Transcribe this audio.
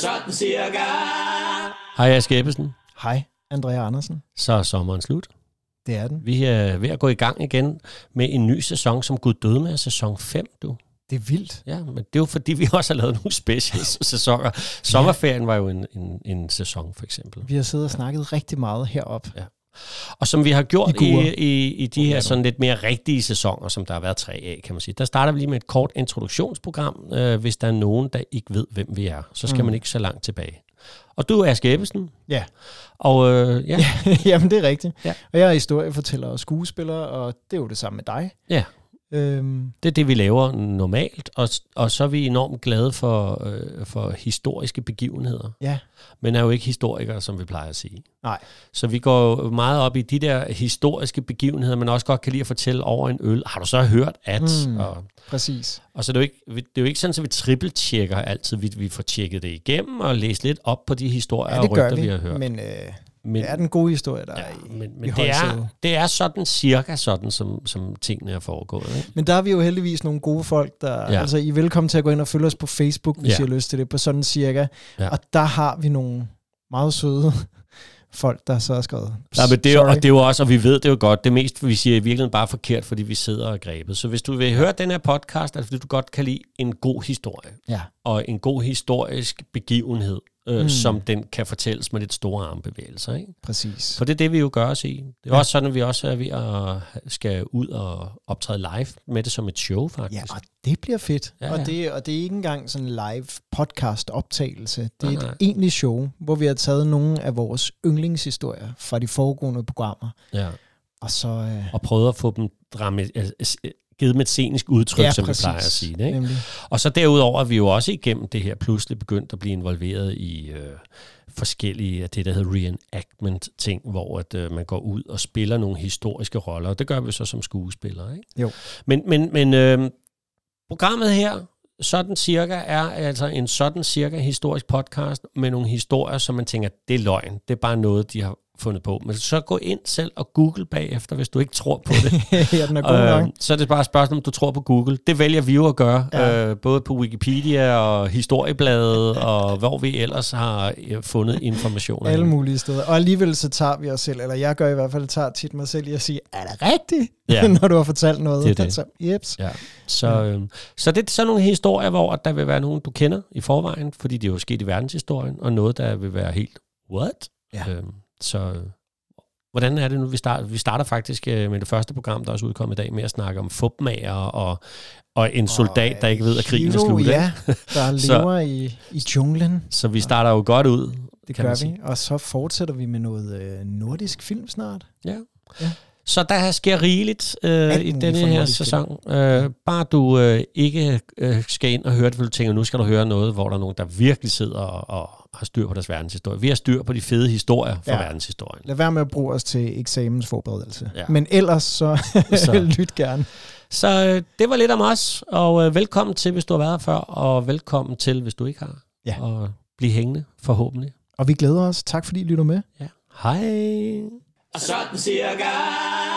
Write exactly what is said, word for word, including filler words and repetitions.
Sådan cirka. Hej Aske Ebbesen. Hej Andrea Andersen. Så er sommeren slut. Det er den. Vi er ved at gå i gang igen med en ny sæson, som Gud døde med, sæson fem, du. Det er vildt. Ja, men det er jo fordi, vi også har lavet nogle special sæsoner. Sommerferien var jo en, en, en sæson, for eksempel. Vi har siddet og snakket rigtig meget herop. Ja. Og som vi har gjort I, i, i, i de her sådan lidt mere rigtige sæsoner, som der har været tre af, kan man sige. Der starter vi lige med et kort introduktionsprogram, øh, hvis der er nogen, der ikke ved, hvem vi er. Så skal mm. man ikke så langt tilbage. Og du er Aske Ebbesen. Ja. Og øh, ja. Jamen, det er rigtigt. Ja. Og jeg er historiefortæller og skuespiller, og det er jo det samme med dig. Ja. Øhm. Det er det, vi laver normalt, og, og så er vi enormt glade for, øh, for historiske begivenheder. Ja. Men er jo ikke historikere, som vi plejer at sige. Nej. Så vi går meget op i de der historiske begivenheder, men også godt kan lide at fortælle over en øl. Har du så hørt at? Mm, og, præcis. og så er det, jo ikke, det er jo ikke sådan, at vi trippeltjekker altid. Vi, vi får tjekket det igennem og læst lidt op på de historier ja, og rygter, vi. vi har hørt. Men, øh, men det er den gode historie, der ja, er i, men, i men det, er, det er sådan cirka sådan, som, som tingene er foregået. Ikke? Men der har vi jo heldigvis nogle gode folk, der... Ja. Altså, I er velkommen til at gå ind og følge os på Facebook, hvis ja. I har lyst til det, på sådan cirka. Ja. Og der har vi nogle meget søde folk, der så har skrevet. Ja, men det er, og det er jo også, og vi ved det jo godt, det mest, vi siger i virkeligheden bare forkert, fordi vi sidder og grebet. Så hvis du vil høre den her podcast, er det fordi du godt kan lide en god historie. Ja. Og en god historisk begivenhed, øh, mm. som den kan fortælles med lidt store armbevægelser. Ikke? Præcis. For det er det, vi jo gør os i. Det er ja. også sådan, at vi også er ved at skal ud og optræde live med det som et show, faktisk. Ja, og det bliver fedt. Ja, ja. Og, det, og det er ikke engang sådan en live podcast optagelse. Det er nej, et nej. egentligt show, hvor vi har taget nogle af vores yndlingshistorier fra de foregående programmer. Ja. Og så... Øh... Og prøvet at få dem dramatisk... givet med et scenisk udtryk, ja, som vi plejer at sige det. Ikke? Og så derudover er vi jo også igennem det her pludselig begyndt at blive involveret i øh, forskellige af det, der hedder reenactment-ting, hvor at, øh, man går ud og spiller nogle historiske roller, og det gør vi så som skuespillere. Ikke? Jo. Men, men, men øh, programmet her, sådan cirka, er altså en sådan cirka historisk podcast med nogle historier, som man tænker, det er løgn, det er bare noget, de har fundet på. Men så gå ind selv og google bagefter, hvis du ikke tror på det. Ja, den er god nok. Øh, så er det bare et spørgsmål, om du tror på Google. Det vælger vi jo at gøre, ja. øh, både på Wikipedia og Historiebladet, og hvor vi ellers har fundet information. Alle mulige steder. Og alligevel så tager vi os selv, eller jeg gør i hvert fald, tager tit mig selv i at sige, er det rigtigt? Ja. Når du har fortalt noget. Det er det. Altså, jeps. Ja. Så, øh, så det er sådan nogle historier, hvor der vil være nogen, du kender i forvejen, fordi det er jo sket i verdenshistorien, og noget, der vil være helt, what? Ja. Øh, Så hvordan er det nu? Vi starter, vi starter faktisk med det første program, der også udkom i dag, med at snakke om fupmager og, og en soldat, og der ikke ved, at krigen er slut. Ja, der lever så, i, i junglen. Så vi starter jo godt ud. Det kan gør vi, sige. Og så fortsætter vi med noget øh, nordisk film snart. Ja. ja. Så der sker rigeligt øh, i denne her sæson. Øh, bare du øh, ikke øh, skal ind og høre det, for du tænker, nu skal du høre noget, hvor der er nogen, der virkelig sidder og, og har styr på deres verdenshistorie. Vi har styr på de fede historier fra ja. verdenshistorien. Lad være med at bruge os til eksamensforberedelse. Ja. Men ellers så, så. lyt gerne. Så øh, det var lidt om os, og øh, velkommen til, hvis du har været her før, og velkommen til, hvis du ikke har. Ja. Og bliv hængende, forhåbentlig. Og vi glæder os. Tak fordi I lytter med. Ja. Hej. Sådan cirka.